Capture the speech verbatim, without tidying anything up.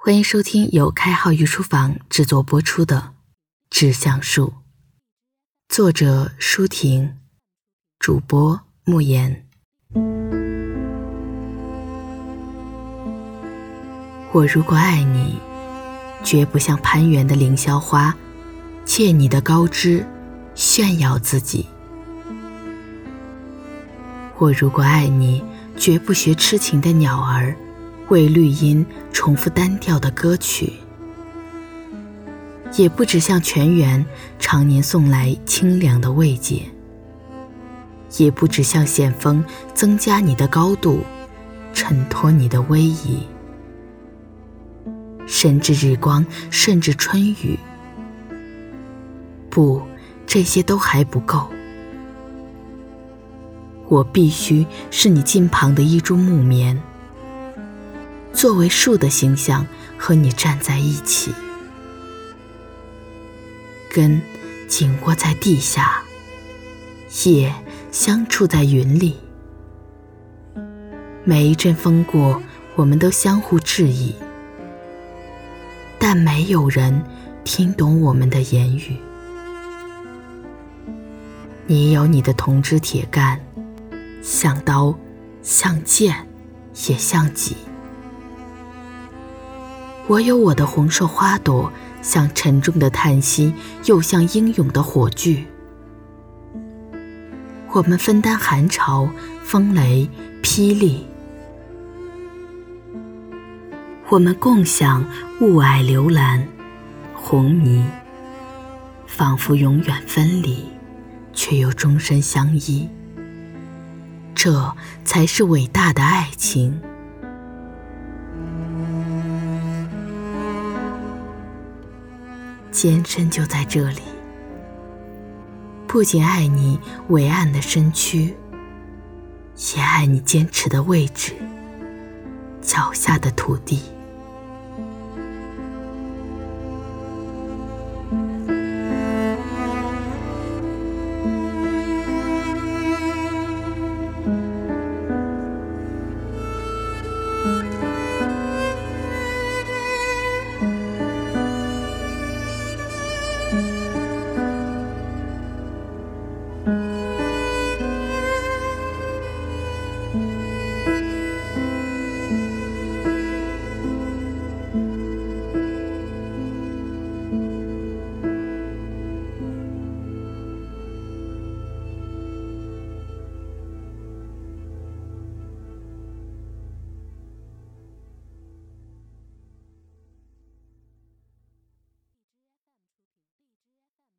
欢迎收听由开号御书房制作播出的《致橡树》，作者舒婷，主播慕言。我如果爱你，绝不像攀援的凌霄花，借你的高枝炫耀自己。我如果爱你，绝不学痴情的鸟儿，为绿荫重复单调的歌曲，也不只向泉源常年送来清凉的慰藉，也不只向险峰增加你的高度，衬托你的威仪，甚至日光，甚至春雨。不，这些都还不够。我必须是你近旁的一株木棉，作为树的形象和你站在一起，根紧握在地下，叶相触在云里。每一阵风过，我们都相互质疑，但没有人听懂我们的言语。你有你的铜枝铁干，像刀，像剑，也像戟。我有我的红瘦花朵，像沉重的叹息，又像英勇的火炬。我们分担寒潮、风雷、霹雳，我们共享雾霭流岚、红泥，仿佛永远分离，却又终身相依。这才是伟大的爱情。艰深就在这里，不仅爱你伟岸的身躯，也爱你坚持的位置，脚下的土地。